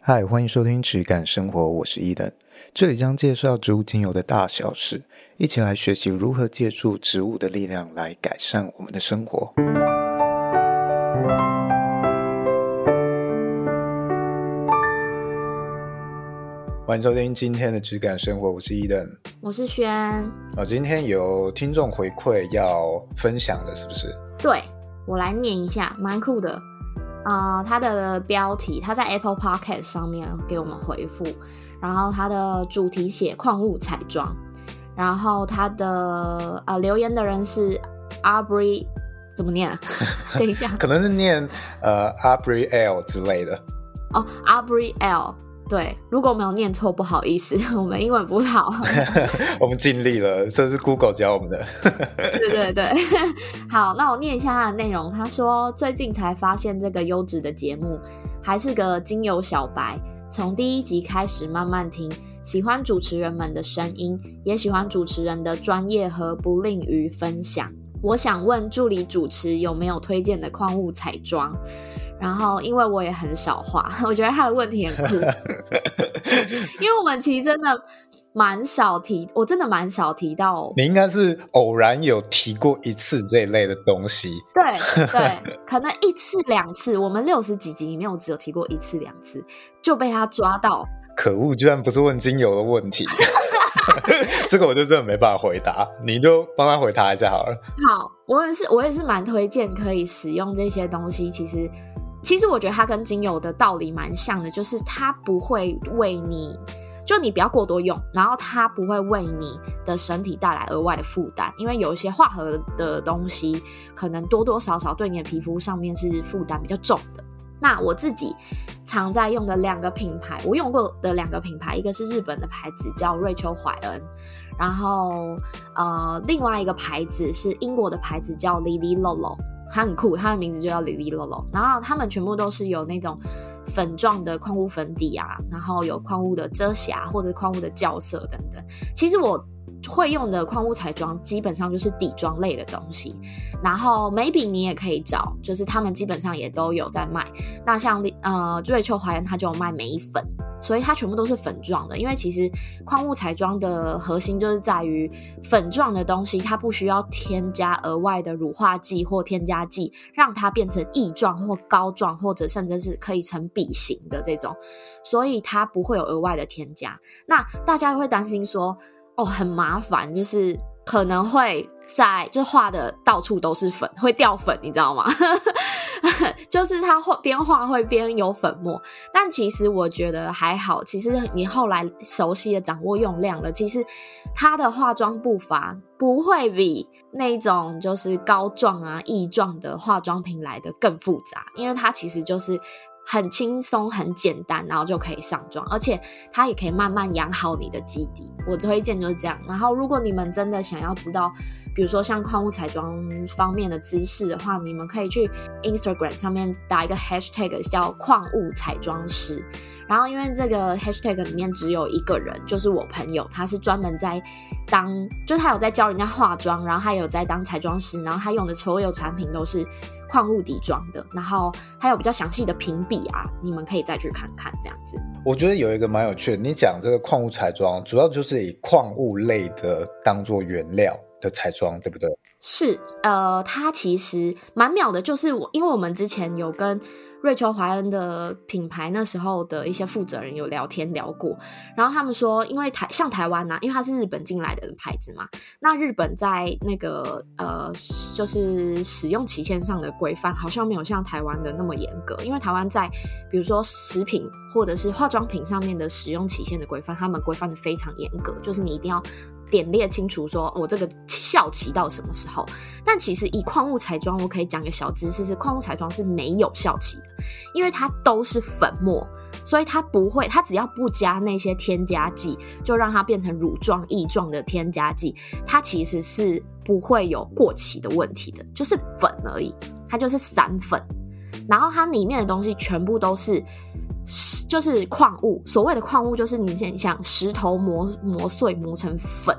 嗨，欢迎收听质感生活，我是伊登。这里将介绍植物精油的大小事，一起来学习如何借助植物的力量来改善我们的生活。欢迎收听今天的质感生活，我是伊登， 我是轩。 今天有听众回馈要分享的，是不是？ 对，我来念一下，蛮酷的。它的标题，他在 Apple Podcast 上面给我们回复，然后他的主题写矿物彩妆，然后他的留言的人是 Aubrey， 怎么念啊？等一下， 可能是念Aubrey L 之类的。 哦 ，Aubrey L。对，如果没有念错，不好意思，我们英文不好。 我们尽力了，这是 Google 教我们的。 对，好，那我念一下它的内容。他说最近才发现这个优质的节目，还是个精油小白，从第一集开始慢慢听，喜欢主持人们的声音，也喜欢主持人的专业和不吝于分享。我想问助理主持有没有推荐的矿物彩妆？然后因为我也很少画，我觉得他的问题很酷。因为我们其实真的蛮少提，我真的蛮少提到。 你应该是偶然有提过一次这一类的东西。 对，可能一次两次，我们60几集里面我只有提过一次两次，就被他抓到。 可恶，居然不是问精油的问题。这个我就真的没办法回答，你就帮他回答一下好了。 好，我也是蛮推荐可以使用这些东西。其实我觉得它跟精油的道理蛮像的，就是它不会为你，就你不要过多用，然后它不会为你的身体带来额外的负担，因为有一些化合的东西可能多多少少对你的皮肤上面是负担比较重的。那我自己常在用的2个品牌，我用过的2个品牌，一个是日本的牌子叫瑞秋怀恩，然后另外一个牌子是英国的牌子叫 Lily Lolo， 它很酷，它的名字就叫 Lily Lolo， 然后它们全部都是有那种粉状的矿物粉底啊，然后有矿物的遮瑕或者矿物的校色等等。其实我会用的矿物彩妆基本上就是底妆类的东西，然后 maybe 你也可以找，就是他们基本上也都有在卖。那像瑞秋怀恩它就有卖眉粉，所以它全部都是粉状的，因为其实矿物彩妆的核心就是在于粉状的东西它不需要添加额外的乳化剂或添加剂让它变成液状或膏状，或者甚至是可以成笔形的这种，所以它不会有额外的添加。那大家会担心说很麻烦，就是可能会就画的到处都是粉，会掉粉，你知道吗？就是它边画会边有粉末，但其实我觉得还好，其实你后来熟悉的掌握用量了，其实它的化妆步伐不会比那种就是膏状啊液状的化妆品来的更复杂，因为它其实就是很轻松很简单，然后就可以上妆，而且它也可以慢慢养好你的基底，我推荐就是这样。然后如果你们真的想要知道比如说像矿物彩妆方面的知识的话，你们可以去 Instagram 上面打一个 hashtag 叫矿物彩妆师，然后因为这个 hashtag 里面只有一个人，就是我朋友，他是专门在就是他有在教人家化妆，然后他有在当彩妆师，然后他用的所有产品都是矿物底妆的，然后还有比较详细的评比啊，你们可以再去看看这样子。 我觉得有一个蛮有趣的，你讲这个矿物彩妆主要就是以矿物类的当作原料的彩妆，对不对？ 是，它其实蛮妙的，就是因为我们之前有跟瑞秋怀恩的品牌那时候的一些负责人有聊过，然后他们说因为像台湾因为它是日本进来的牌子嘛，那日本在那个就是使用期限上的规范好像没有像台湾的那么严格，因为台湾在比如说食品或者是化妆品上面的使用期限的规范，他们规范的非常严格，就是你一定要点列清楚说我这个效期到什么时候。但其实以矿物彩妆我可以讲个小知识，是矿物彩妆是没有效期的，因为它都是粉末，所以它只要不加那些添加剂，就让它变成乳状液状的添加剂，它其实是不会有过期的问题的，就是粉而已，它就是散粉，然后它里面的东西全部都是就是矿物，所谓的矿物就是你想石头磨碎磨成粉，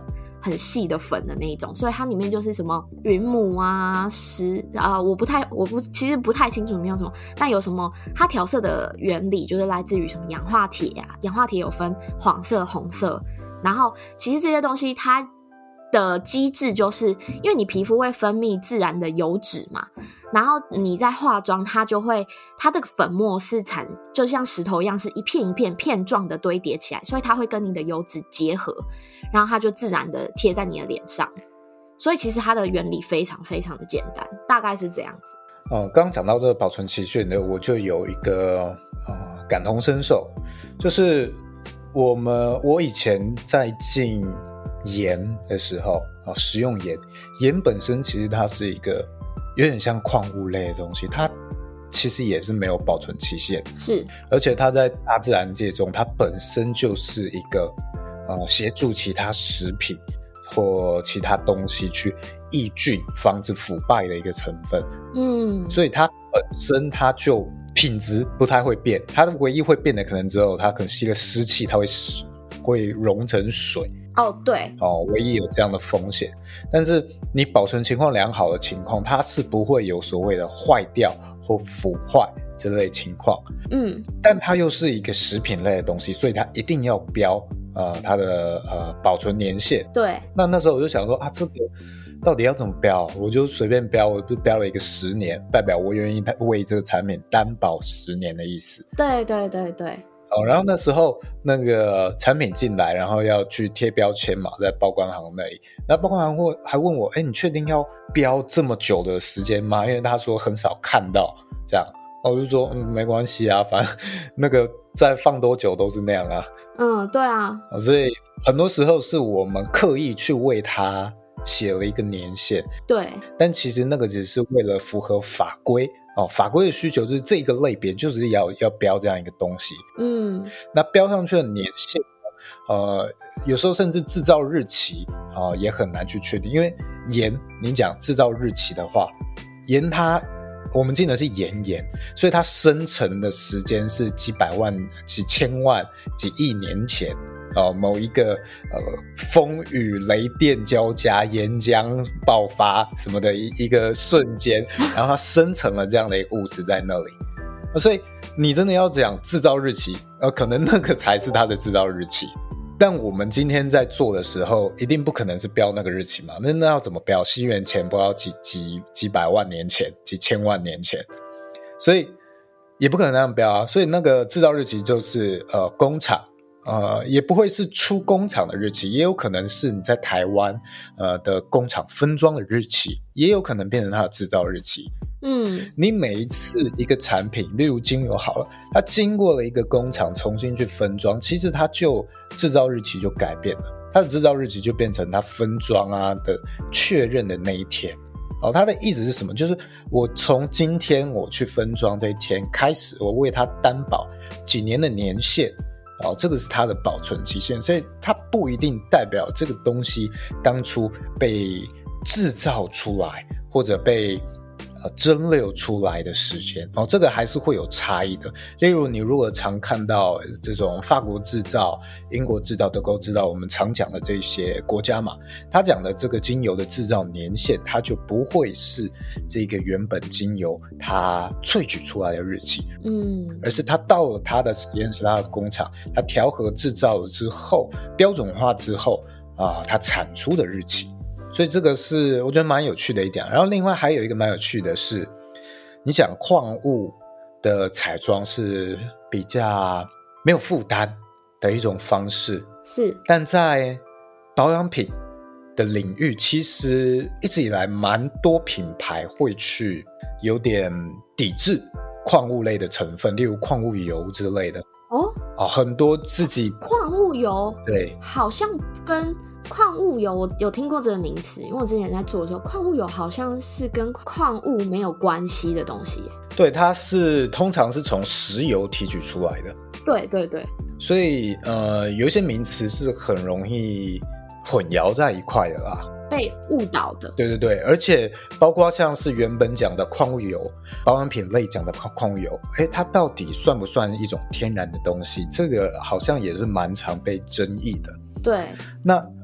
很细的粉的那一种，所以它里面就是什么云母啊、其实不太清楚里面有什么，但有什么它调色的原理就是来自于什么氧化铁啊，氧化铁有分黄色、红色，然后其实这些东西它的机制就是因为你皮肤会分泌自然的油脂嘛，然后你在化妆它的粉末是就像石头一样是一片一片片状的堆叠起来，所以它会跟你的油脂结合，然后它就自然的贴在你的脸上，所以其实它的原理非常非常的简单，大概是这样子。 刚刚讲到这个保存期限的，我就有一个感同身受，就是我以前在进盐的时候食用盐本身其实它是一个有点像矿物类的东西，它其实也是没有保存期限， 是， 而且它在大自然界中它本身就是一个协助其他食品或其他东西去抑菌防止腐败的一个成分，所以它本身它就品质不太会变，它唯一会变的可能只有它可能吸了湿气，它会溶成水， 对， 唯一有这样的风险。但是你保存情况良好的情况，它是不会有所谓的坏掉或腐坏这类情况，但它又是一个食品类的东西，所以它一定要标它的保存年限。 对， 那时候我就想说这个到底要怎么标？我就随便标，我就标了一个10年，代表我愿意为这个产品担保10年的意思。 对对对对。 然后那时候那个产品进来，然后要去贴标签嘛，在报关行那里，那报关行还问我，你确定要标这么久的时间吗？因为他说很少看到这样，我就说没关系啊，反正那个再放多久都是那样啊。 对啊。 所以很多时候是我们刻意去为它写了一个年限， 对，但其实那个只是为了符合法规法规的需求，就是这个类别就是要标这样一个东西。那标上去的年限有时候甚至制造日期也很难去确定，因为盐你讲制造日期的话，盐我们进的是盐，所以它生成的时间是几百万、几千万、几亿年前某一个风雨雷电交加、岩浆爆发什么的一个瞬间，然后它生成了这样的一个物质在那里。所以你真的要讲制造日期可能那个才是它的制造日期，但我们今天在做的时候一定不可能是标那个日期嘛，那要怎么标？西元前不知道几百万年前、几千万年前，所以也不可能那样标所以那个制造日期就是工厂也不会是出工厂的日期，也有可能是你在台湾的工厂分装的日期，也有可能变成它的制造日期。你每一次一个产品，例如精油好了，它经过了一个工厂重新去分装，其实它就制造日期就改变了，它的制造日期就变成它分装的确认的那一天。它的意思是什么？就是我从今天我去分装这一天开始，我为它担保几年的年限这个是它的保存期限，所以它不一定代表这个东西当初被制造出来或者被蒸馏出来的时间这个还是会有差异的。例如你如果常看到这种法国制造、英国制造、德国制造，我们常讲的这些国家嘛，他讲的这个精油的制造年限，它就不会是这个原本精油它萃取出来的日期，而是它到了它的实验室、它的工厂，它调和制造了之后，标准化之后它产出的日期。所以这个是我觉得蛮有趣的一点。然后另外还有一个蛮有趣的是，你讲矿物的彩妆是比较没有负担的一种方式， 是， 但在保养品的领域，其实一直以来蛮多品牌会去有点抵制矿物类的成分，例如矿物油之类的。很多自己矿物油， 对， 好像跟矿物油我有听过这个名词，因为我之前在做的时候，矿物油好像是跟矿物没有关系的东西。 对，它是通常是从石油提取出来的。 对对对， 所以有一些名词是很容易混淆在一块的啦， 被误导的。 对对对，而且包括像是原本讲的矿物油，保养品类讲的矿物油，它到底算不算一种天然的东西？这个好像也是蛮常被争议的。 对， 那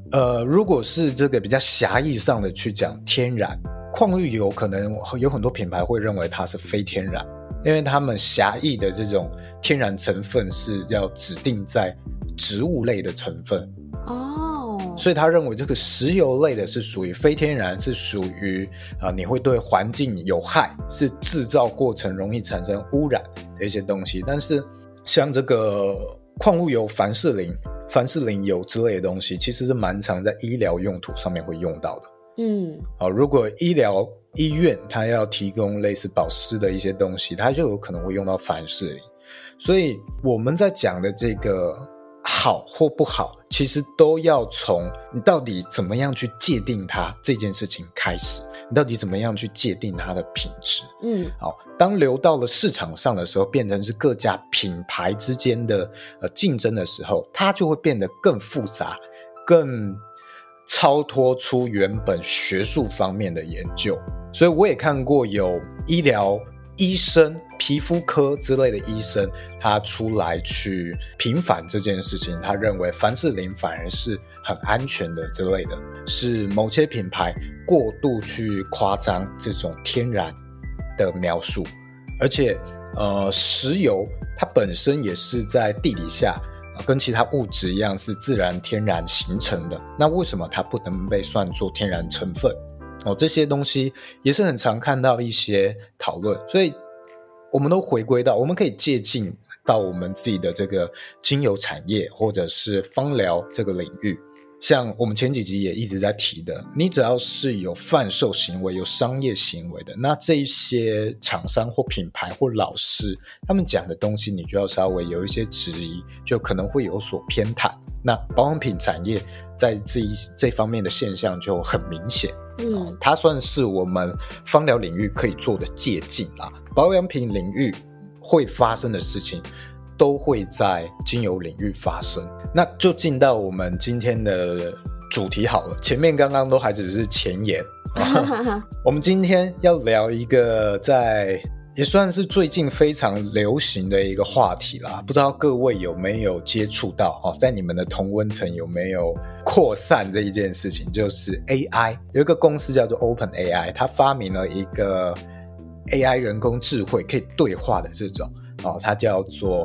如果是这个比较狭义上的去讲天然，矿绿油可能有很多品牌会认为它是非天然，因为他们狭义的这种天然成分是要指定在植物类的成分所以他认为这个石油类的是属于非天然，是属于你会对环境有害，是制造过程容易产生污染的一些东西。但是像这个矿物油、凡士林油之类的东西，其实是蛮常在医疗用途上面会用到的。如果医院它要提供类似保湿的一些东西，它就有可能会用到凡士林。所以我们在讲的这个好或不好，其实都要从你到底怎么样去界定它这件事情开始，你到底怎么样去界定它的品质。好，当流到了市场上的时候，变成是各家品牌之间的竞争的时候，它就会变得更复杂，更超脱出原本学术方面的研究。所以我也看过有医疗医生、皮肤科之类的医生，他出来去平反这件事情，他认为凡士林反而是很安全的之类的，是某些品牌过度去夸张这种天然的描述。而且石油它本身也是在地底下跟其他物质一样是自然天然形成的，那为什么它不能被算作天然成分？这些东西也是很常看到一些讨论。所以我们都回归到我们可以借鉴到我们自己的这个精油产业或者是芳疗这个领域。像我们前几集也一直在提的，你只要是有贩售行为、有商业行为的，那这一些厂商或品牌或老师他们讲的东西，你就要稍微有一些质疑，就可能会有所偏袒。那保养品产业在这方面的现象就很明显。它算是我们芳疗领域可以做的借鉴啦。保养品领域会发生的事情都会在精油领域发生。那就进到我们今天的主题好了，前面刚刚都还只是前言我们今天要聊一个也算是最近非常流行的一个话题啦，不知道各位有没有接触到在你们的同温层有没有扩散这一件事情，就是 AI。 有一个公司叫做 OpenAI， 它发明了一个 AI 人工智慧可以对话的这种它叫做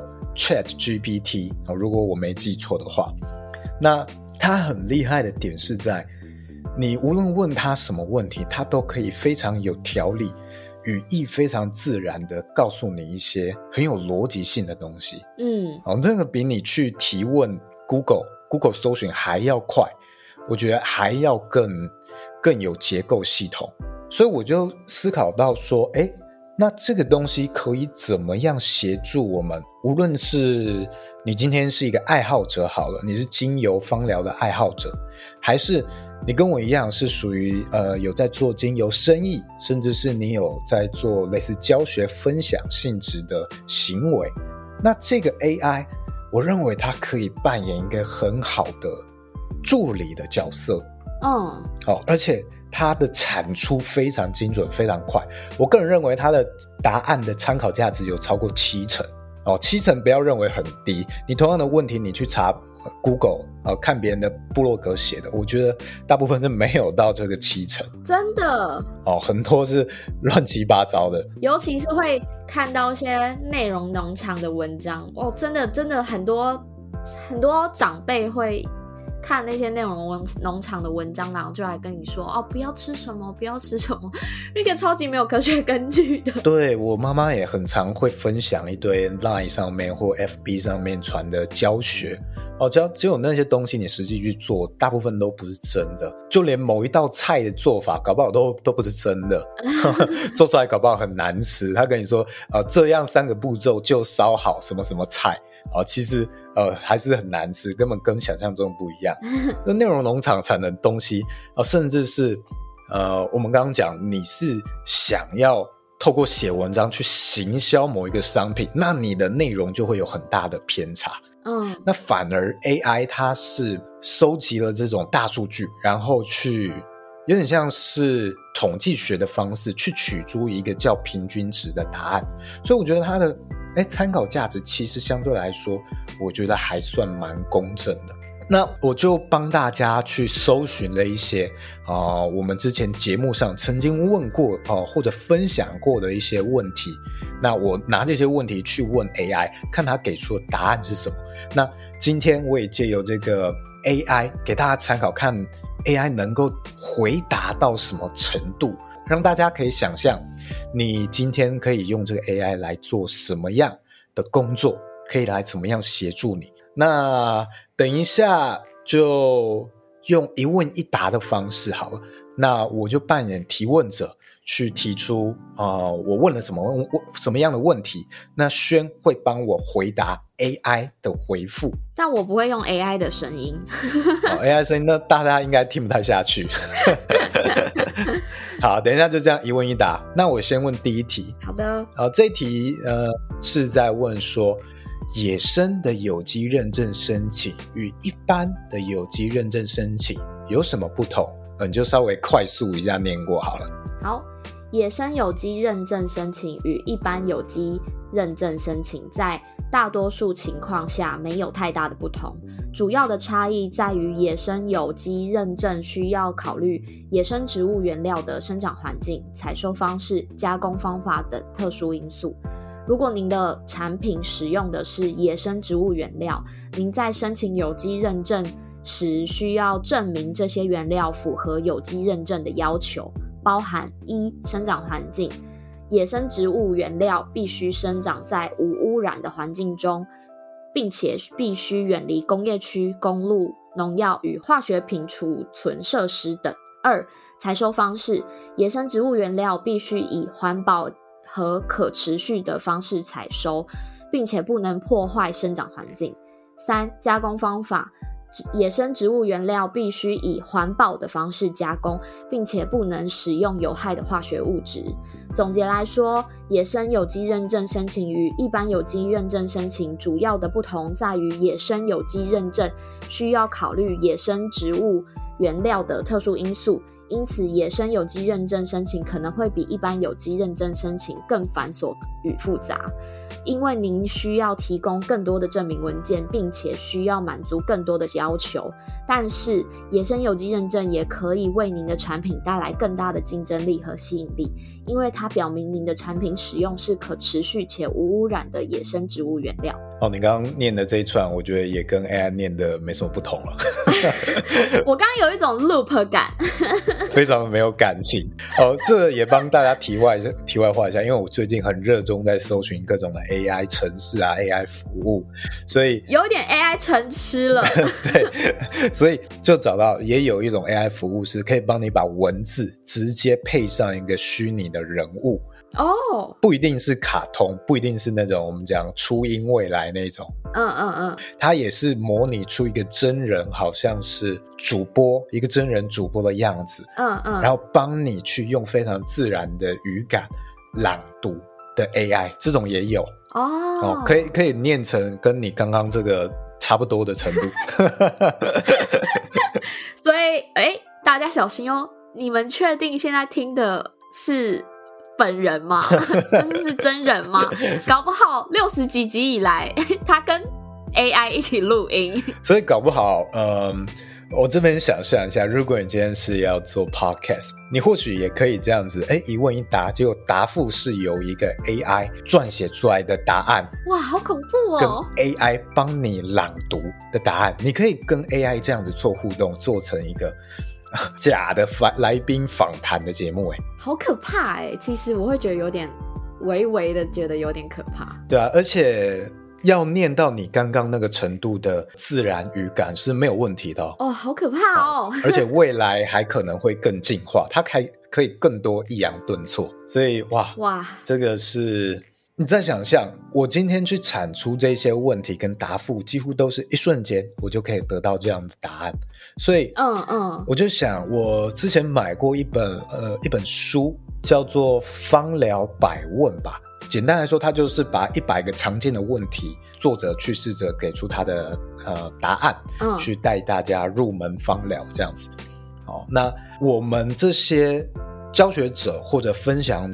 ChatGPT， 如果我没记错的话。那它很厉害的点是在你无论问它什么问题，它都可以非常有条理，语义非常自然的告诉你一些很有逻辑性的东西。这个比你去提问 Google 搜寻还要快，我觉得还要更有结构系统。所以我就思考到说那这个东西可以怎么样协助我们，无论是你今天是一个爱好者好了，你是精油芳疗的爱好者，还是你跟我一样是属于有在做精油生意，甚至是你有在做类似教学分享性质的行为，那这个 AI 我认为它可以扮演一个很好的助理的角色。而且它的产出非常精准非常快，我个人认为它的答案的参考价值有超过70%。7成不要认为很低，你同样的问题你去查 Google 看别人的部落格写的，我觉得大部分是没有到这个7成，真的很多是乱七八糟的，尤其是会看到一些内容农场的文章真的很多长辈会看那些内容农场的文章，然后就来跟你说不要吃什么不要吃什么，那个超级没有科学根据的。对，我妈妈也很常会分享一堆 LINE 上面或 FB 上面传的教学只有那些东西你实际去做，大部分都不是真的，就连某一道菜的做法搞不好都不是真的做出来搞不好很难吃，他跟你说这样3个步骤就烧好什么什么菜其实还是很难吃，根本跟想象中不一样内容农场产的东西甚至是我们刚刚讲你是想要透过写文章去行销某一个商品，那你的内容就会有很大的偏差。那反而 AI 它是收集了这种大数据，然后去有点像是统计学的方式去取出一个叫平均值的答案，所以我觉得它的参考价值其实相对来说我觉得还算蛮公正的。 那我就帮大家去搜寻了一些我们之前节目上曾经问过或者分享过的一些问题，那我拿这些问题去问 AI， 看它给出的答案是什么。那今天我也借由这个 AI 给大家参考，看 AI 能够回答到什么程度，让大家可以想象你今天可以用这个 AI 来做什么样的工作，可以来怎么样协助你。那等一下就用一问一答的方式好了，那我就扮演提问者去提出我问了什么样的问题，那轩会帮我回答 AI 的回复， 但我不会用 AI 的声音 AI 声音那大家应该听不太下去好，等一下就这样一问一答。那我先问第一题。 好的。 这一题是在问说野生的有机认证申请与一般的有机认证申请有什么不同？你就稍微快速一下念过好了。 好，野生有机认证申请与一般有机认证申请在大多数情况下没有太大的不同，主要的差异在于野生有机认证需要考虑野生植物原料的生长环境、采收方式、加工方法等特殊因素。如果您的产品使用的是野生植物原料，您在申请有机认证时需要证明这些原料符合有机认证的要求，包含一、生长环境，野生植物原料必须生长在无污染的环境中，并且必须远离工业区、公路、农药与化学品储存设施等。二、采收方式，野生植物原料必须以环保和可持续的方式采收，并且不能破坏生长环境。三、加工方法，野生植物原料必须以环保的方式加工，并且不能使用有害的化学物质。总结来说，野生有机认证申请与一般有机认证申请主要的不同在于野生有机认证需要考虑野生植物原料的特殊因素，因此野生有机认证申请可能会比一般有机认证申请更繁琐与复杂，因为您需要提供更多的证明文件，并且需要满足更多的要求。但是野生有机认证也可以为您的产品带来更大的竞争力和吸引力，因为它表明您的产品使用是可持续且无污染的野生植物原料。 你刚刚念的这一串我觉得也跟 AI 念的没什么不同了我刚刚有一种 loop 感非常没有感情这也帮大家题外话一下，因为我最近很热衷在搜寻各种的 AI 程式啊 AI 服务，所以有点 AI 成痴了对，所以就找到也有一种 AI 服务是可以帮你把文字直接配上一个虚拟的人物不一定是卡通，不一定是那种我们讲初音未来那种它也是模拟出一个真人，好像是主播，一个真人主播的样子然后帮你去用非常自然的语感朗读的 AI， 这种也有可以念成跟你刚刚这个差不多的程度所以大家小心你们确定现在听的是本人吗？就是真人吗？搞不好60几集以来他跟 AI 一起录音， 所以搞不好我这边想象一下，如果你今天是要做 podcast， 你或许也可以这样子一问一答，结果答复是由一个 AI 撰写出来的答案。 哇，好恐怖跟 AI 帮你朗读的答案，你可以跟 AI 这样子做互动，做成一个假的来宾访谈的节目好可怕其实我会觉得有点微微的觉得有点可怕。 对啊，而且要念到你刚刚那个程度的自然语感是没有问题的好可怕而且未来还可能会更进化，它还可以更多抑扬顿挫，所以哇这个是你再想象我今天去产出这些问题跟答复几乎都是一瞬间我就可以得到这样的答案，所以我就想我之前买过一本书叫做芳疗百问吧，简单来说它就是把100个常见的问题作者去试着给出他的答案去带大家入门芳疗这样子那我们这些教学者或者分享者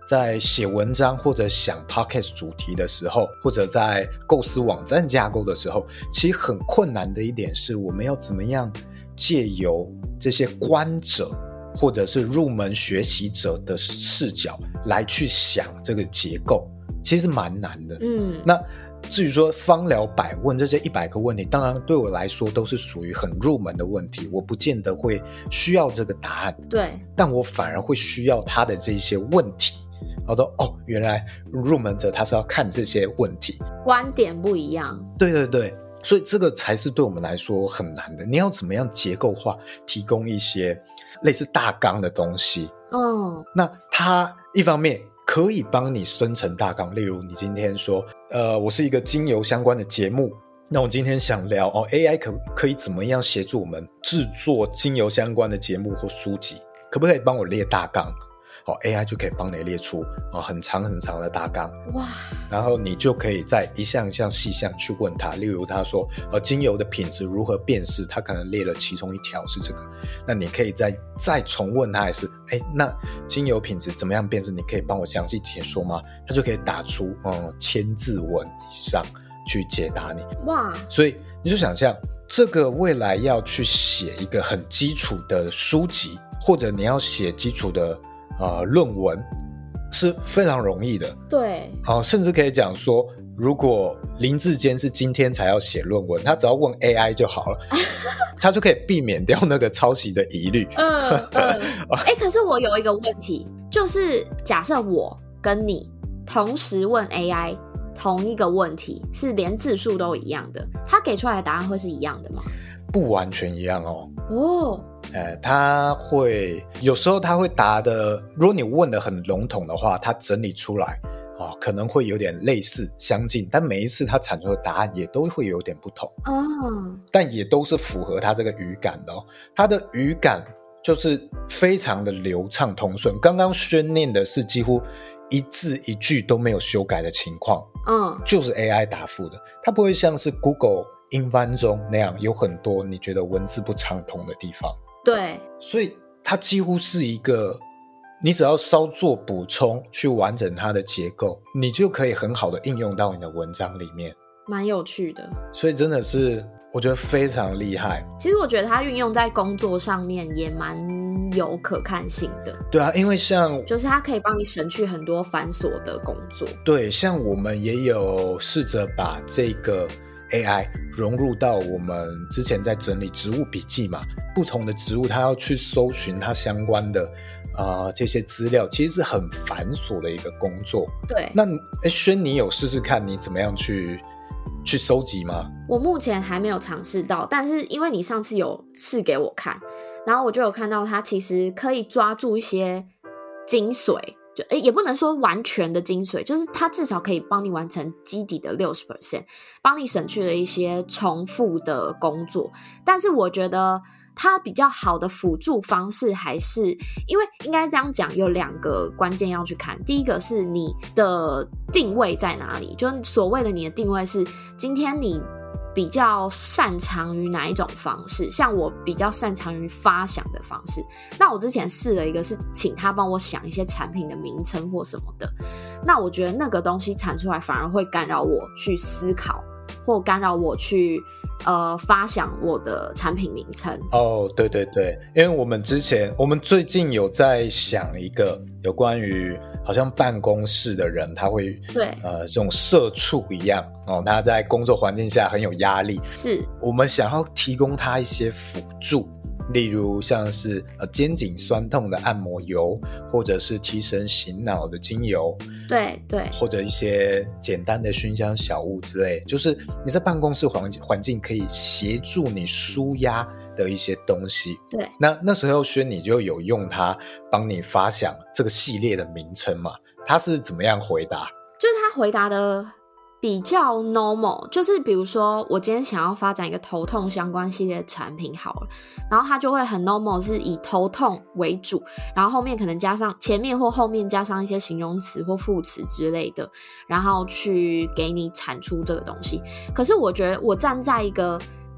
在写文章或者想 podcast 主题的时候，或者在构思网站架构的时候，其实很困难的一点是我们要怎么样借由这些观者或者是入门学习者的视角来去想这个结构，其实蛮难的。那至于说芳疗百问这些100个问题，当然对我来说都是属于很入门的问题，我不见得会需要这个答案， 对， 但我反而会需要他的这些问题，然后说原来入门者他是要看这些问题， 观点不一样， 对对对，所以这个才是对我们来说很难的。你要怎么样结构化提供一些类似大纲的东西，那它一方面可以帮你生成大纲，例如你今天说我是一个精油相关的节目，那我今天想聊AI 可以怎么样协助我们制作精油相关的节目或书籍，可不可以帮我列大纲，AI 就可以帮你列出很长很长的大纲，哇！然后你就可以再一项一项细项去问他，例如他说精油的品质如何辨识，他可能列了其中一条是这个，那你可以再重问他，还是那精油品质怎么样辨识，你可以帮我详细解说吗？他就可以打出1000字文以上去解答你，哇！所以你就想象这个未来要去写一个很基础的书籍，或者你要写基础的论文是非常容易的， 对， 甚至可以讲说，如果林志坚是今天才要写论文，他只要问 AI 就好了，他就可以避免掉那个抄袭的疑虑。 可是我有一个问题，就是假设我跟你同时问 AI 同一个问题，是连字数都一样的，他给出来的答案会是一样的吗？ 不完全一样他会有时候他会答的，如果你问的很笼统的话，他整理出来可能会有点类似相近，但每一次他产出的答案也都会有点不同但也都是符合他这个语感的他的语感就是非常的流畅通顺。刚刚宣念的是几乎一字一句都没有修改的情况，就是 AI 答复的，它不会像是 Google 英翻中那样有很多你觉得文字不畅通的地方。 对， 所以它几乎是一个你只要稍作补充去完整它的结构，你就可以很好的应用到你的文章里面，蛮有趣的。 所以真的是我觉得非常厉害。 其实我觉得它运用在工作上面也蛮有可看性的。 对啊，因为像就是它可以帮你省去很多繁琐的工作。 对，像我们也有试着把这个 AI 融入到我们之前在整理植物笔记嘛，不同的植物它要去搜寻它相关的这些资料，其实是很繁琐的一个工作。 对， 那轩你有试试看你怎么样去收集吗？ 我目前还没有尝试到，但是因为你上次有试给我看，然后我就有看到它其实可以抓住一些精髓，也不能说完全的精髓，就是它至少可以帮你完成基底的 60%， 帮你省去了一些重复的工作。但是我觉得它比较好的辅助方式还是，因为应该这样讲，有2个关键要去看。第一个是你的定位在哪里，就所谓的你的定位是今天你比较擅长于哪一种方式，像我比较擅长于发想的方式，那我之前试了一个是请他帮我想一些产品的名称或什么的，那我觉得那个东西产出来反而会干扰我去思考，或干扰我去发想我的产品名称。 对对对，因为我们最近有在想一个有关于好像办公室的人他会对这种社畜一样他在工作环境下很有压力， 是我们想要提供他一些辅助，例如像是肩颈酸痛的按摩油，或者是提神醒脑的精油， 对对， 或者一些简单的熏香小物之类，就是你在办公室环境可以协助你舒压的一些东西。 对， 那时候轩你就有用它帮你发想这个系列的名称嘛？他是怎么样回答？ 就是他回答的比较 normal， 就是比如说我今天想要发展一个头痛相关系列的产品好了，然后它就会很 normal， 是以头痛为主，然后后面可能加上前面或后面加上一些形容词或副词之类的，然后去给你产出这个东西。可是我觉得我站在一个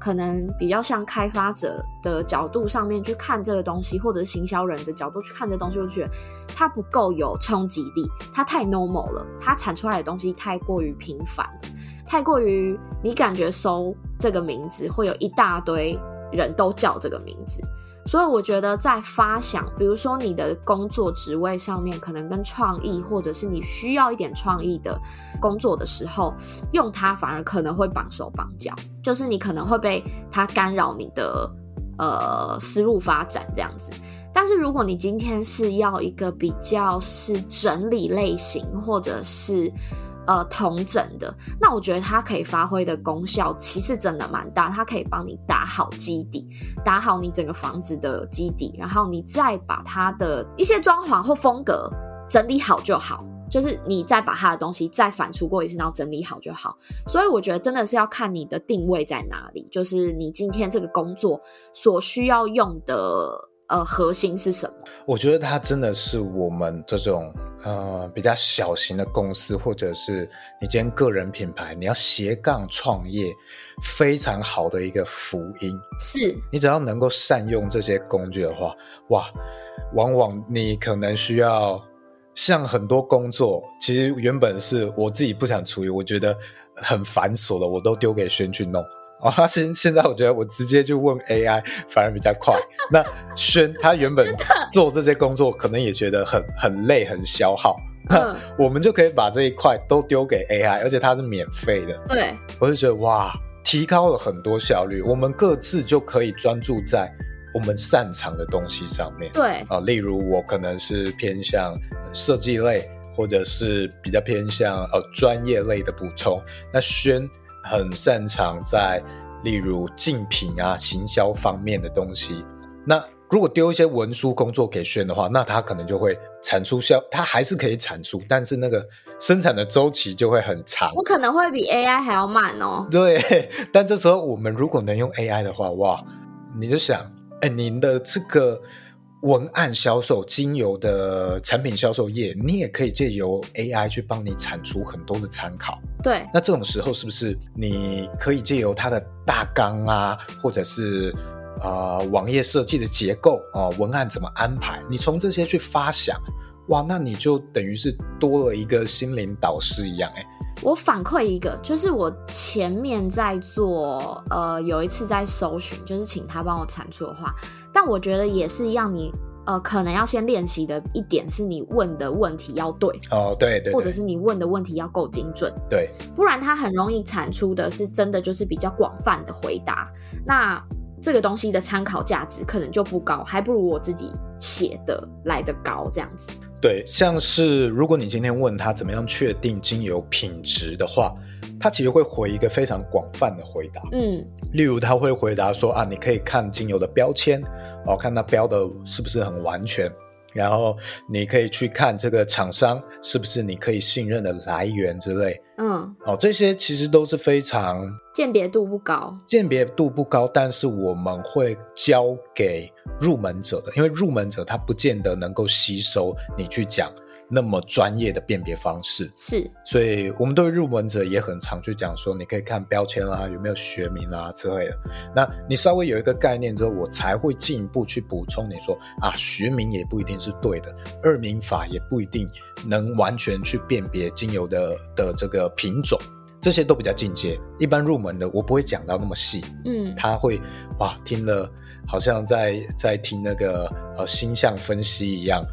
可能比较像开发者的角度上面去看这个东西，或者是行销人的角度去看这个东西，就觉得它不够有冲击力，它太 normal 了，它产出来的东西太过于平凡了，太过于你感觉搜这个名字会有一大堆人都叫这个名字。所以我觉得在发想，比如说你的工作职位上面可能跟创意，或者是你需要一点创意的工作的时候，用它反而可能会绑手绑脚，就是你可能会被它干扰你的思路发展这样子。但是如果你今天是要一个比较是整理类型，或者是统整的，那我觉得它可以发挥的功效其实真的蛮大，它可以帮你打好基底，打好你整个房子的基底，然后你再把它的一些装潢或风格整理好就好，就是你再把它的东西再反刍过一次，然后整理好就好。所以我觉得真的是要看你的定位在哪里，就是你今天这个工作所需要用的核心是什么。 我觉得它真的是我们这种比较小型的公司，或者是你今天个人品牌，你要斜杠创业非常好的一个福音。 是你只要能够善用这些工具的话，哇，往往你可能需要像很多工作，其实原本是我自己不想处理，我觉得很繁琐的，我都丢给轩去弄。现在我觉得我直接就问 AI 反而比较快。那轩他原本做这些工作可能也觉得很累很消耗，那我们就可以把这一块都丢给 AI， 而且它是免费的。 对， 我就觉得哇，提高了很多效率，我们各自就可以专注在我们擅长的东西上面。 对例如我可能是偏向设计类，或者是比较偏向专业类的补充，那轩很擅长在例如竞品啊行销方面的东西。那如果丢一些文书工作给轩的话，那他可能就会产出他还是可以产出，但是那个生产的周期就会很长， 我可能会比 AI 还要慢哦。 对，但这时候我们如果能用 AI 的话，哇，你就想您的这个文案销售，精油的产品销售业，你也可以借由 AI 去帮你产出很多的参考。 对， 那这种时候是不是你可以借由它的大纲啊，或者是网页设计的结构文案怎么安排，你从这些去发想，哇，那你就等于是多了一个心灵导师一样。 我反馈一个，就是我前面在做有一次在搜寻，就是请他帮我产出的话，但我觉得也是一样，你可能要先练习的一点是你问的问题要对对对， 或者是你问的问题要够精准， 对， 不然它很容易产出的是真的就是比较广泛的回答，那这个东西的参考价值可能就不高，还不如我自己写的来得高这样子。 对，像是如果你今天问他怎么样确定精油品质的话，他其实会回一个非常广泛的回答。例如他会回答说你可以看精油的标签看它标的是不是很完全，然后你可以去看这个厂商是不是你可以信任的来源之类。这些其实都是非常鉴别度不高， 但是我们会教给入门者的，因为入门者他不见得能够吸收你去讲那么专业的辨别方式， 是， 所以我们对入门者也很常去讲说，你可以看标签啦，有没有学名啦之类的。那你稍微有一个概念之后，我才会进一步去补充你说学名也不一定是对的，二名法也不一定能完全去辨别精油的这个品种，这些都比较进阶。一般入门的我不会讲到那么细，他会听了好像在听那个星象分析一样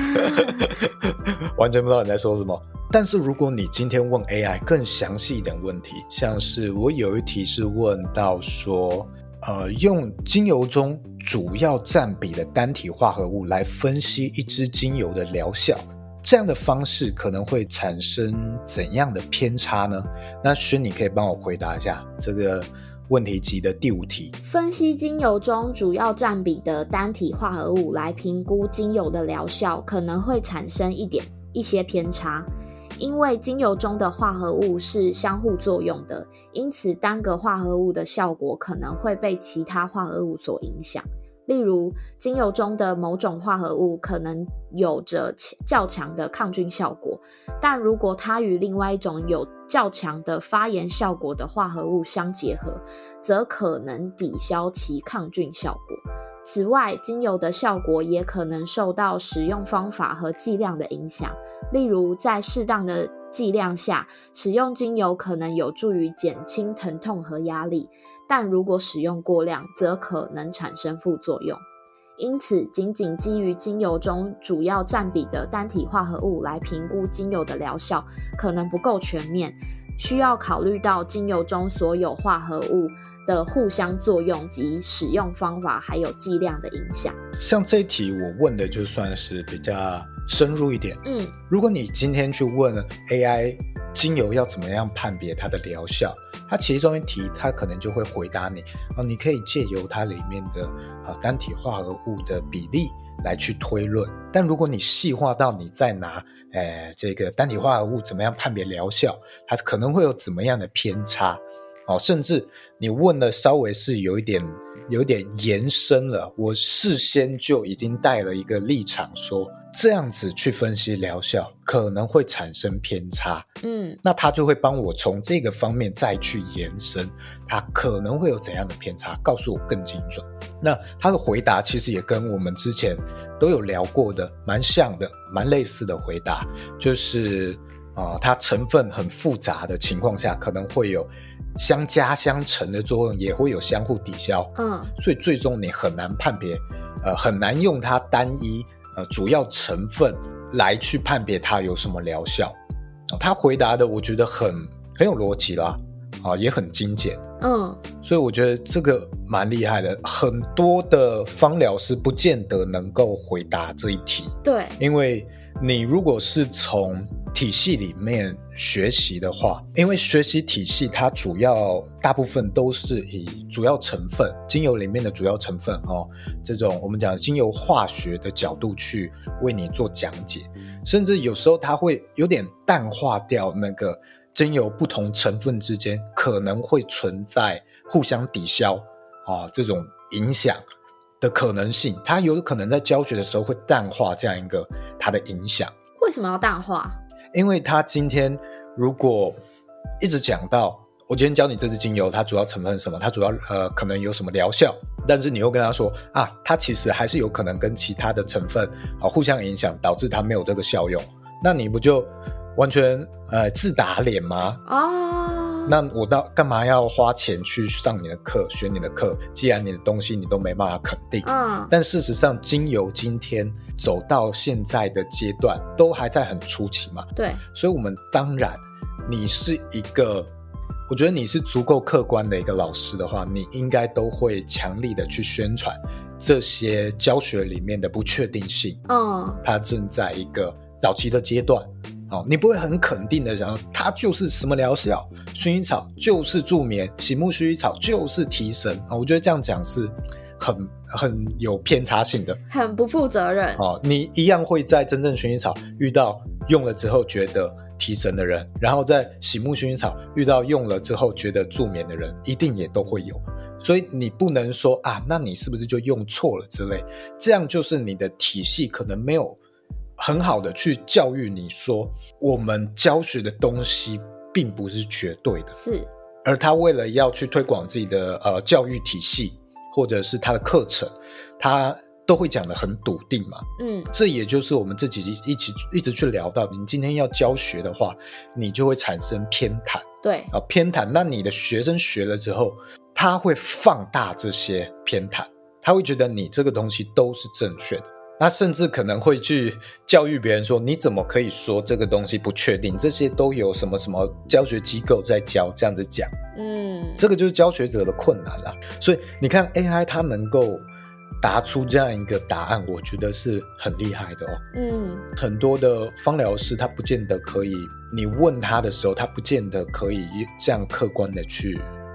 完全不知道你在说什么。但是如果你今天问 AI 更详细一点问题，像是我有一题是问到说用精油中主要占比的单体化合物来分析一支精油的疗效，这样的方式可能会产生怎样的偏差呢？那轩，你可以帮我回答一下这个问题集的第5题。 分析精油中主要占比的单体化合物来评估精油的疗效，可能会产生一些偏差，因为精油中的化合物是相互作用的，因此单个化合物的效果可能会被其他化合物所影响。 例如精油中的某种化合物可能有着较强的抗菌效果，但如果它与另外一种有较强的发炎效果的化合物相结合，则可能抵消其抗菌效果。此外，精油的效果也可能受到使用方法和剂量的影响，例如在适当的剂量下，使用精油可能有助于减轻疼痛和压力，但如果使用过量，则可能产生副作用。因此，仅仅基于精油中主要占比的单体化合物来评估精油的疗效，可能不够全面，需要考虑到精油中所有化合物的互相作用及使用方法还有剂量的影响。 像这一题我问的就算是比较深入一点。如果你今天去问 AI 精油要怎么样判别它的疗效，它其中一题它可能就会回答你，你可以借由它里面的单体化合物的比例来去推论。但如果你细化到你再拿这个单体化合物怎么样判别疗效，它可能会有怎么样的偏差，甚至你问的稍微是有一点延伸了，我事先就已经带了一个立场说这样子去分析疗效可能会产生偏差，那他就会帮我从这个方面再去延伸它可能会有怎样的偏差，告诉我更精准。那他的回答其实也跟我们之前都有聊过的蛮像的，蛮类似的回答，就是它成分很复杂的情况下可能会有相加相乘的作用，也会有相互抵消，所以最终你很难判别，很难用它单一主要成分来去判别它有什么疗效。他回答的我觉得很有逻辑啦，也很精简，所以我觉得这个蛮厉害的。很多的芳疗师不见得能够回答这一题， 对， 因为你如果是从体系里面学习的话，因为学习体系它主要大部分都是以主要成分，精油里面的主要成分这种我们讲精油化学的角度去为你做讲解，甚至有时候它会有点淡化掉那个精油不同成分之间可能会存在互相抵消这种影响的可能性，它有可能在教学的时候会淡化这样一个它的影响。 为什么要淡化？ 因为他今天如果一直讲到我今天教你这支精油它主要成分是什么，它主要可能有什么疗效，但是你又跟他说它其实还是有可能跟其他的成分互相影响，导致它没有这个效用，那你不就完全自打脸吗？那我干嘛要花钱去上你的课学你的课，既然你的东西你都没办法肯定。但事实上精油今天走到现在的阶段都还在很初期嘛， 对， 所以我们当然你是一个，我觉得你是足够客观的一个老师的话，你应该都会强力的去宣传这些教学里面的不确定性，它正在一个早期的阶段，你不会很肯定的讲它就是什么疗效，薰衣草就是助眠，醒目薰衣草就是提神，我觉得这样讲是很有偏差性的， 很不负责任。 你一样会在真正薰衣草遇到用了之后觉得提神的人，然后在醒目薰衣草遇到用了之后觉得助眠的人，一定也都会有。所以你不能说那你是不是就用错了之类，这样就是你的体系可能没有很好的去教育你说我们教学的东西并不是绝对的， 是，而他为了要去推广自己的教育体系或者是他的课程，他都会讲得很笃定嘛。这也就是我们这几集一直去聊到，你今天要教学的话，你就会产生偏袒。 对， 偏袒，那你的学生学了之后，他会放大这些偏袒，他会觉得你这个东西都是正确的，他甚至可能会去教育别人说，你怎么可以说这个东西不确定，这些都有什么什么教学机构在教，这样子讲。这个就是教学者的困难啦。所以你看 AI 它能够答出这样一个答案，我觉得是很厉害的很多的芳疗师他不见得可以，你问他的时候他不见得可以这样客观的去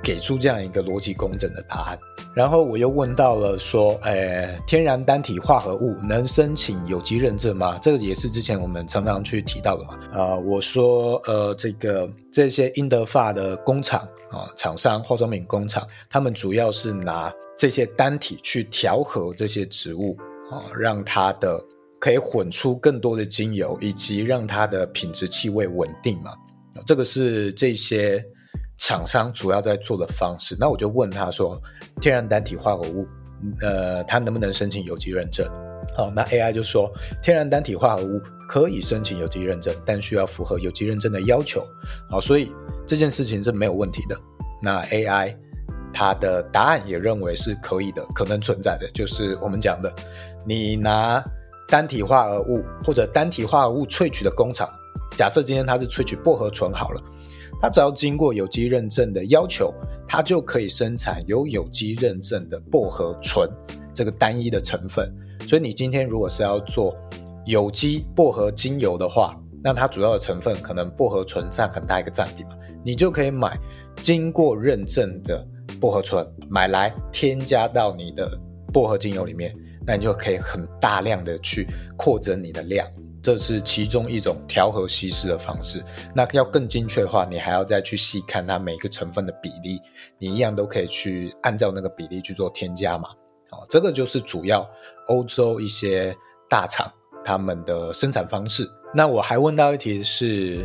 给出这样一个逻辑公正的答案。然后我又问到了说天然单体化合物能申请有机认证吗？这个也是之前我们常常去提到的嘛。我说这些英德法的工厂厂商化妆品工厂，他们主要是拿这些单体去调和这些植物让它的可以混出更多的精油，以及让它的品质气味稳定嘛。这个是这些厂商主要在做的方式。那我就问他说天然单体化合物它能不能申请有机认证？那 AI 就说天然单体化合物可以申请有机认证，但需要符合有机认证的要求。所以这件事情是没有问题的。那 AI 它的答案也认为是可以的，可能存在的，就是我们讲的你拿单体化合物或者单体化合物萃取的工厂，假设今天它是萃取薄荷醇好了，它只要经过有机认证的要求，它就可以生产有机认证的薄荷醇这个单一的成分。所以你今天如果是要做有机薄荷精油的话，那它主要的成分可能薄荷醇占很大一个占比嘛，你就可以买经过认证的薄荷醇，买来添加到你的薄荷精油里面，那你就可以很大量的去扩增你的量。这是其中一种调和稀释的方式。那要更精确的话，你还要再去细看它每个成分的比例，你一样都可以去按照那个比例去做添加嘛。这个就是主要欧洲一些大厂他们的生产方式。那我还问到一题是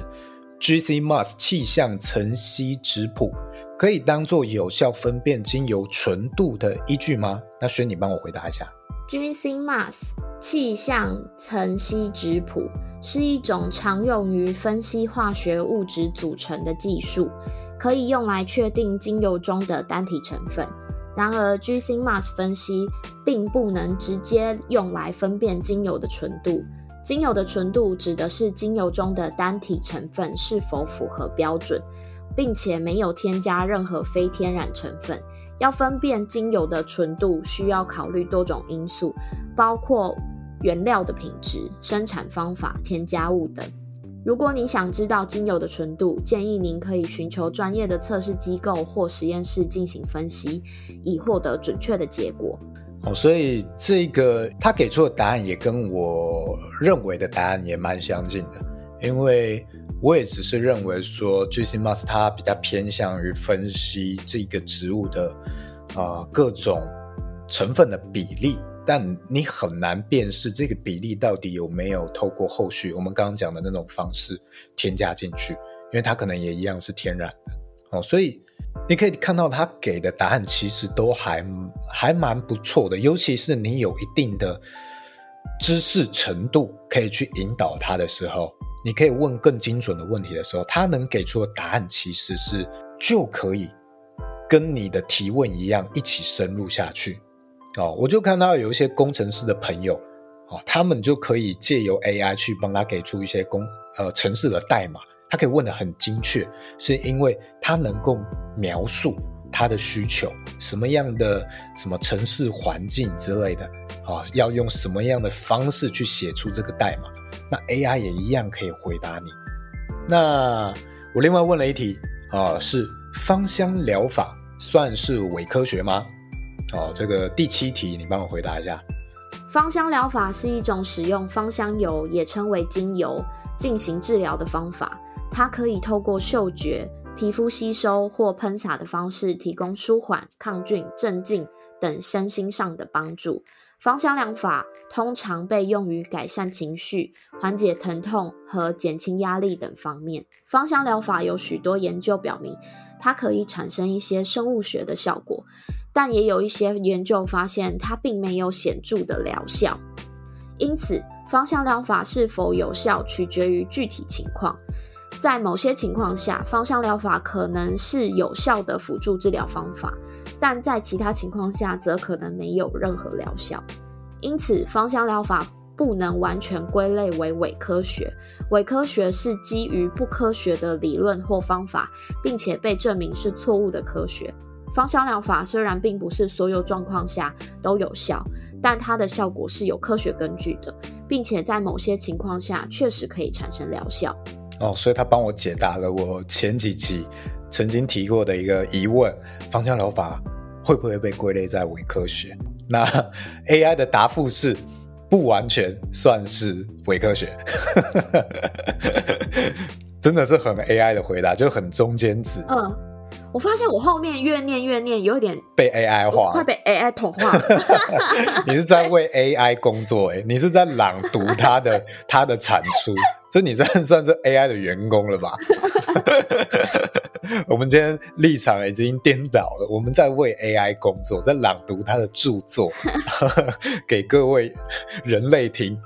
GC Mass 气象层析质谱可以当作有效分辨精油纯度的依据吗？那轩你帮我回答一下。 GC Mass 气象层析质谱是一种常用于分析化学物质组成的技术，可以用来确定精油中的单体成分。然而 GC Mass 分析并不能直接用来分辨精油的纯度。精油的纯度指的是精油中的单体成分是否符合标准，并且没有添加任何非天然成分。要分辨精油的纯度，需要考虑多种因素，包括原料的品质、生产方法、添加物等。如果你想知道精油的纯度，建议您可以寻求专业的测试机构或实验室进行分析，以获得准确的结果。 所以这个他给出的答案也跟我认为的答案也蛮相近的，因为我也只是认为说 GC Mass 它比较偏向于分析这个植物的各种成分的比例，但你很难辨识这个比例到底有没有透过后续我们刚刚讲的那种方式添加进去，因为它可能也一样是天然的。所以你可以看到他给的答案其实都还蛮不错的，尤其是你有一定的知识程度可以去引导他的时候，你可以问更精准的问题的时候，他能给出的答案其实是就可以跟你的提问一样一起深入下去。我就看到有一些工程师的朋友他们就可以借由 AI 去帮他给出一些程式的代码，他可以问得很精确，是因为他能够描述他的需求，什么样的什么程式环境之类的要用什么样的方式去写出这个代码，那 AI 也一样可以回答你。那我另外问了一题是芳香疗法算是伪科学吗？这个第7题你帮我回答一下。 芳香疗法是一种使用芳香油，也称为精油，进行治疗的方法。它可以透过嗅觉、皮肤吸收或喷洒的方式提供舒缓、抗菌、镇静等身心上的帮助。芳香疗法通常被用于改善情绪、缓解疼痛和减轻压力等方面。芳香疗法有许多研究表明，它可以产生一些生物学的效果，但也有一些研究发现它并没有显著的疗效。因此，芳香疗法是否有效取决于具体情况。在某些情况下，芳香疗法可能是有效的辅助治疗方法，但在其他情况下则可能没有任何疗效。因此，芳香疗法不能完全归类为伪科学。伪科学是基于不科学的理论或方法，并且被证明是错误的科学。芳香疗法虽然并不是所有状况下都有效，但它的效果是有科学根据的，并且在某些情况下确实可以产生疗效。 所以他帮我解答了我前几集曾经提过的一个疑问，芳香疗法会不会被归类在伪科学？那 AI 的答复是不完全算是伪科学。真的是很 AI 的回答，就很中间值。 我发现我后面越念有点被 AI 化， 快被 AI 同化了。 你是在为 AI 工作你是在朗读它的产出，这你算是 AI 的员工了吧？我们今天立场已经颠倒了，我们在为 AI 工作，在朗读它的著作给各位人类听。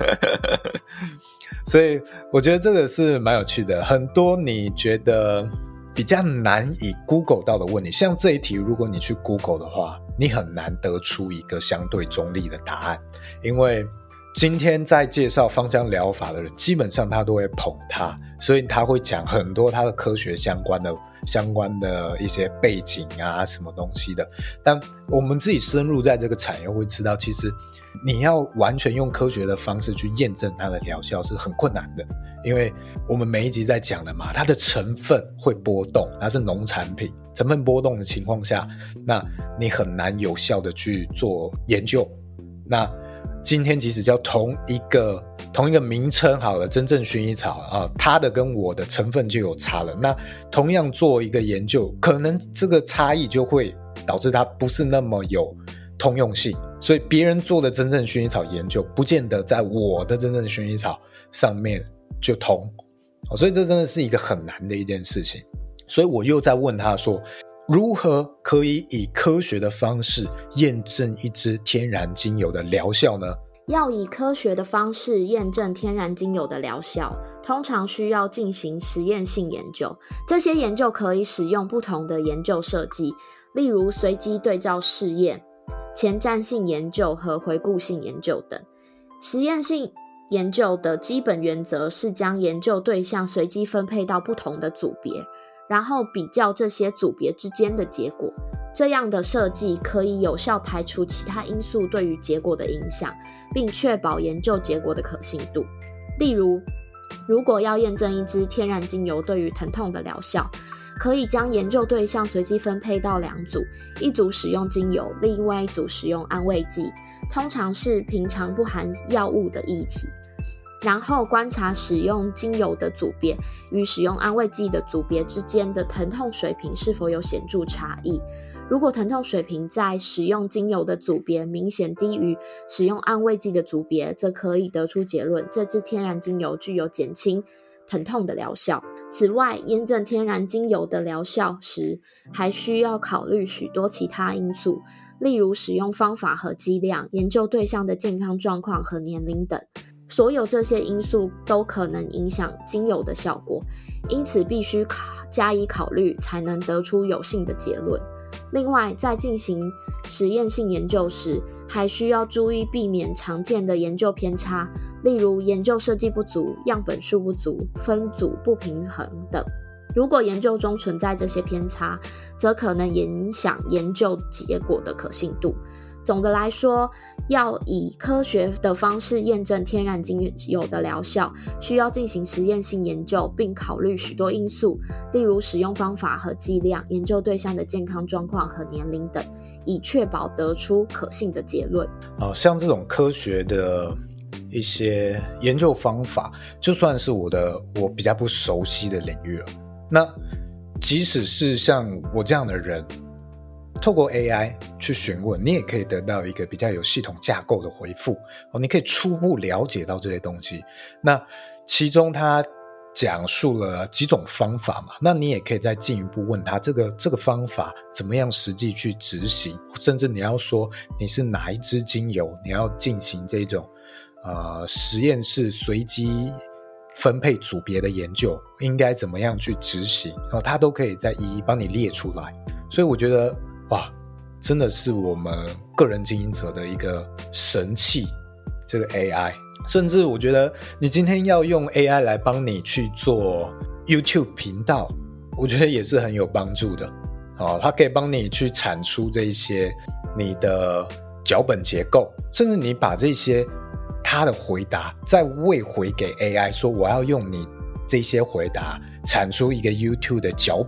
所以我觉得这个是蛮有趣的，很多你觉得比较难以 Google 到的问题，像这一题如果你去 Google 的话，你很难得出一个相对中立的答案，因为今天在介绍芳香疗法的人基本上他都会捧他，所以他会讲很多他的科学相关的一些背景啊什么东西的，但我们自己深入在这个产业会知道，其实你要完全用科学的方式去验证它的疗效是很困难的，因为我们每一集在讲的嘛，它的成分会波动，它是农产品，成分波动的情况下，那你很难有效的去做研究。那今天即使叫同一个名称好了，真正薰衣草它的跟我的成分就有差了，那同样做一个研究，可能这个差异就会导致它不是那么有通用性，所以别人做的真正薰衣草研究不见得在我的真正薰衣草上面就通，所以这真的是一个很难的一件事情。所以我又在问他说，如何可以以科学的方式验证一支天然精油的疗效呢？ 要以科学的方式验证天然精油的疗效，通常需要进行实验性研究。这些研究可以使用不同的研究设计，例如随机对照试验、前瞻性研究和回顾性研究等。实验性研究的基本原则是将研究对象随机分配到不同的组别，然后比较这些组别之间的结果。这样的设计可以有效排除其他因素对于结果的影响，并确保研究结果的可信度。例如，如果要验证一支天然精油对于疼痛的疗效，可以将研究对象随机分配到2组，一组使用精油，另外一组使用安慰剂，通常是平常不含药物的液体，然后观察使用精油的组别与使用安慰剂的组别之间的疼痛水平是否有显著差异。如果疼痛水平在使用精油的组别明显低于使用安慰剂的组别，则可以得出结论，这支天然精油具有减轻疼痛的疗效。此外，验证天然精油的疗效时，还需要考虑许多其他因素，例如使用方法和剂量、研究对象的健康状况和年龄等。所有这些因素都可能影响精油的效果，因此必须加以考虑，才能得出有信的结论。另外，在进行实验性研究时，还需要注意避免常见的研究偏差，例如研究设计不足、样本数不足、分组不平衡等。如果研究中存在这些偏差，则可能影响研究结果的可信度。总的来说，要以科学的方式验证天然精油的疗效，需要进行实验性研究，并考虑许多因素，例如使用方法和剂量、研究对象的健康状况和年龄等，以确保得出可信的结论。 像这种科学的一些研究方法，就算是我比较不熟悉的领域了，那即使是像我这样的人，透过 AI 去询问，你也可以得到一个比较有系统架构的回复，你可以初步了解到这些东西。那其中他讲述了几种方法嘛，那你也可以再进一步问他这个方法怎么样实际去执行，甚至你要说你是哪一支精油，你要进行这种实验室随机分配组别的研究，应该怎么样去执行，他都可以再一一帮你列出来。所以我觉得哇，真的是我们个人经营者的一个神器，这个 AI。 甚至我觉得你今天要用 AI 来帮你去做 YouTube 频道，我觉得也是很有帮助的。它可以帮你去产出这些你的脚本结构，甚至你把这些他的回答再喂回给 AI， 说我要用你这些回答产出一个 YouTube 的脚本，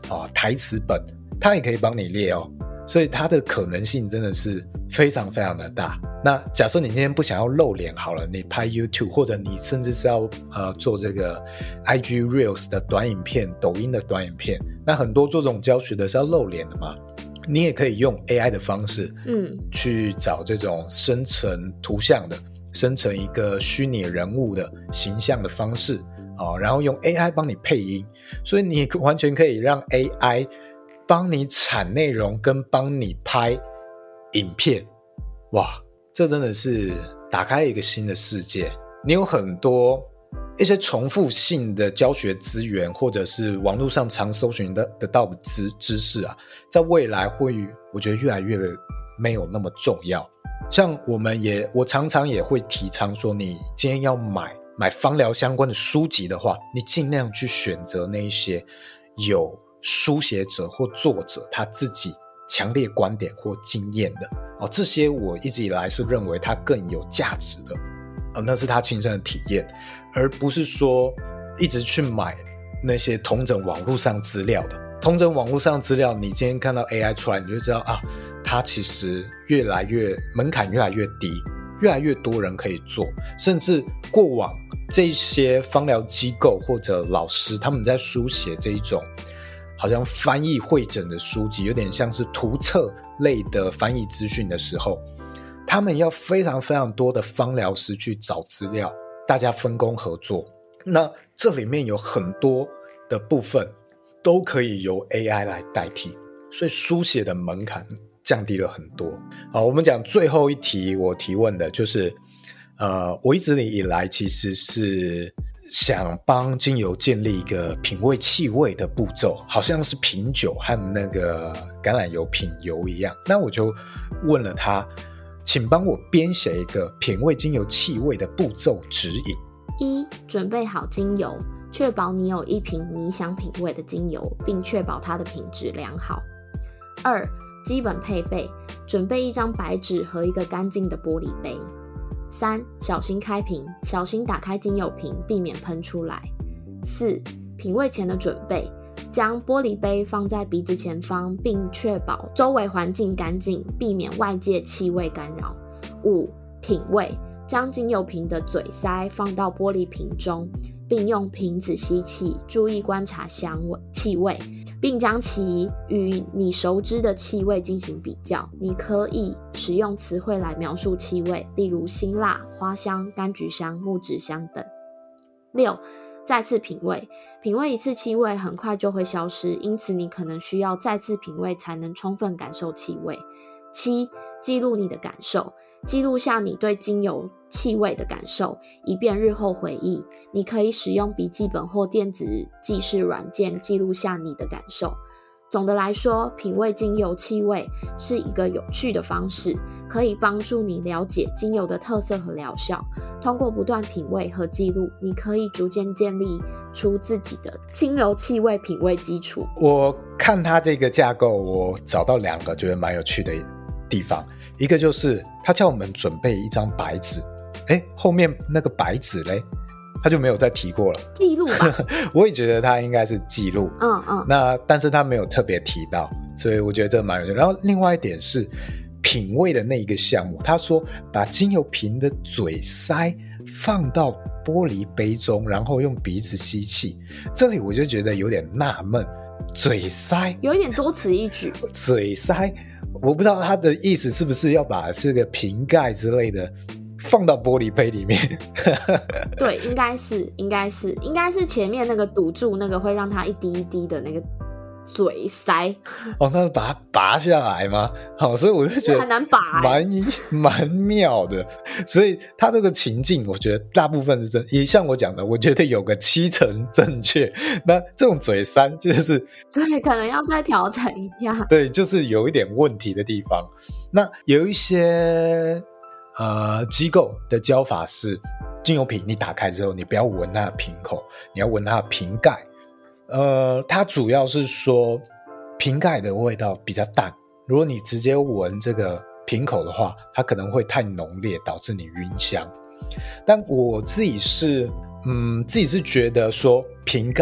台词本，它也可以帮你列哦。所以它的可能性真的是非常非常的大。那假设你今天不想要露脸好了，你拍 YouTube 或者你甚至是要做这个 IG Reels 的短影片，抖音的短影片，那很多做这种教学的是要露脸的嘛，你也可以用 AI 的方式去找这种生成图像的，生成一个虚拟人物的形象的方式，然后用 AI 帮你配音，所以你完全可以让 AI 帮你产内容跟帮你拍影片。哇，这真的是打开了一个新的世界。你有很多一些重复性的教学资源，或者是网络上常搜寻得到的知识啊，在未来会我觉得越来越没有那么重要。像我常常也会提倡说，你今天要买芳疗相关的书籍的话，你尽量去选择那一些有书写者或作者他自己强烈观点或经验的这些我一直以来是认为它更有价值的那是他亲身的体验，而不是说一直去买那些统整网络上资料的。统整网络上资料，你今天看到 AI 出来，你就知道它其实门槛越来越低，越来越多人可以做，甚至过往这些芳疗机构或者老师他们在书写这一种好像翻译汇整的书籍，有点像是图册类的翻译资讯的时候，他们要非常非常多的芳疗师去找资料，大家分工合作。那这里面有很多的部分都可以由 AI 来代替，所以书写的门槛降低了很多。好，我们讲最后一题，我提问的就是我一直以来其实是想帮精油建立一个品味气味的步骤，好像是品酒和那个橄榄油品油一样。那我就问了他，请帮我编写一个品味精油气味的步骤指引。 1. 准备好精油，确保你有一瓶你想品味的精油，并确保它的品质良好。2. 基本配备，准备一张白纸和一个干净的玻璃杯。3. 小心开瓶，小心打开精油瓶，避免喷出来。4. 品味前的准备，将玻璃杯放在鼻子前方，并确保周围环境干净，避免外界气味干扰。5. 品味，将精油瓶的嘴塞放到玻璃瓶中，并用瓶子吸气，注意观察气味，并将其与你熟知的气味进行比较。你可以使用词汇来描述气味，例如辛辣、花香、柑橘香、木质香等。6. 再次品味，品味一次气味很快就会消失，因此你可能需要再次品味才能充分感受气味。7. 记录你的感受，记录下你对精油气味的感受，以便日后回忆。你可以使用笔记本或电子记事软件记录下你的感受。总的来说，品味精油气味是一个有趣的方式，可以帮助你了解精油的特色和疗效。通过不断品味和记录，你可以逐渐建立出自己的精油气味品味基础。 我看它这个架构，我找到2个觉得蛮有趣的地方。一个就是他叫我们准备一张白纸，后面那个白纸嘞，他就没有再提过了。 记录吧我也觉得他应该是记录，那但是他没有特别提到，所以我觉得这蛮有趣。然后另外一点是品味的那一个项目，他说把精油瓶的嘴塞放到玻璃杯中，然后用鼻子吸气。这里我就觉得有点纳闷，嘴塞有一点多此一举。 嘴塞我不知道他的意思是不是要把这个瓶盖之类的放到玻璃杯里面对，应该是前面那个堵住那个会让它一滴一滴的那个嘴塞那把它拔下来吗？好，所以我就觉得很难拔蛮妙的。所以他这个情境我觉得大部分是真，也像我讲的，我觉得有个70%正确。那这种嘴塞就是对，可能要再调整一下。 对，就是有一点问题的地方。那有一些机构的教法是精油瓶你打开之后，你不要闻它的瓶口，你要闻它的瓶盖。它主要是说瓶盖的味道比较淡，如果你直接闻这个瓶口的话，它可能会太浓烈，导致你晕香。但我自己是觉得说瓶盖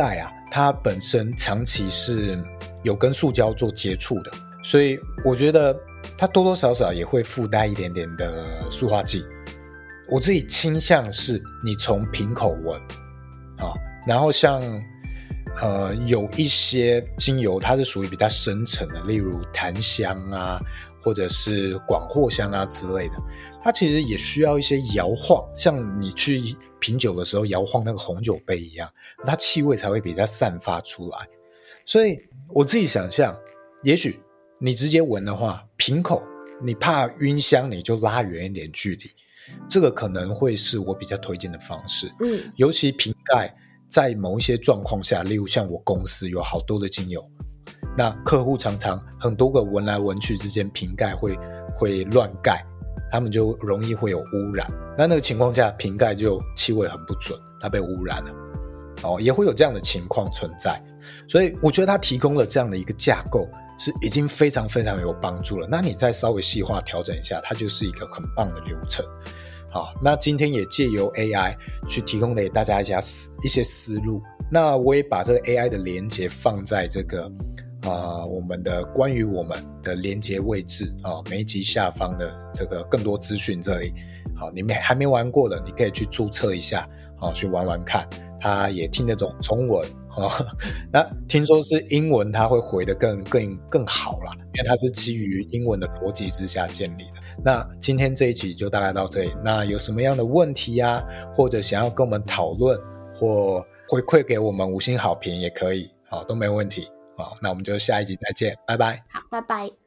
它本身长期是有跟塑胶做接触的，所以我觉得它多多少少也会附带一点点的塑化剂。我自己倾向是你从瓶口闻然后像有一些精油它是属于比较深层的，例如檀香啊或者是广藿香啊之类的，它其实也需要一些摇晃，像你去品酒的时候摇晃那个红酒杯一样，它气味才会比较散发出来。所以我自己想象，也许你直接闻的话，瓶口你怕晕香你就拉远一点距离，这个可能会是我比较推荐的方式。尤其瓶盖在某一些状况下，例如像我公司有好多的精油，那客户常常很多个闻来闻去之间瓶盖会乱盖，他们就容易会有污染，那个情况下瓶盖就气味很不准，它被污染了也会有这样的情况存在。所以我觉得它提供了这样的一个架构是已经非常非常有帮助了，那你再稍微细化调整一下，它就是一个很棒的流程。好，那今天也借由 AI 去提供给大家一些思路，那我也把这个 AI 的连结放在这个我们的关于我们的连结位置每一集下方的这个更多资讯这里。好，你们还没玩过的你可以去注册一下去玩玩看，它也听得懂中文那听说是英文它会回得更好啦，因为它是基于英文的逻辑之下建立的。那今天这一集就大概到这里，那有什么样的问题啊，或者想要跟我们讨论或回馈给我们5星好评也可以都没问题。好，那我们就下一集再见，拜拜。 好，拜拜。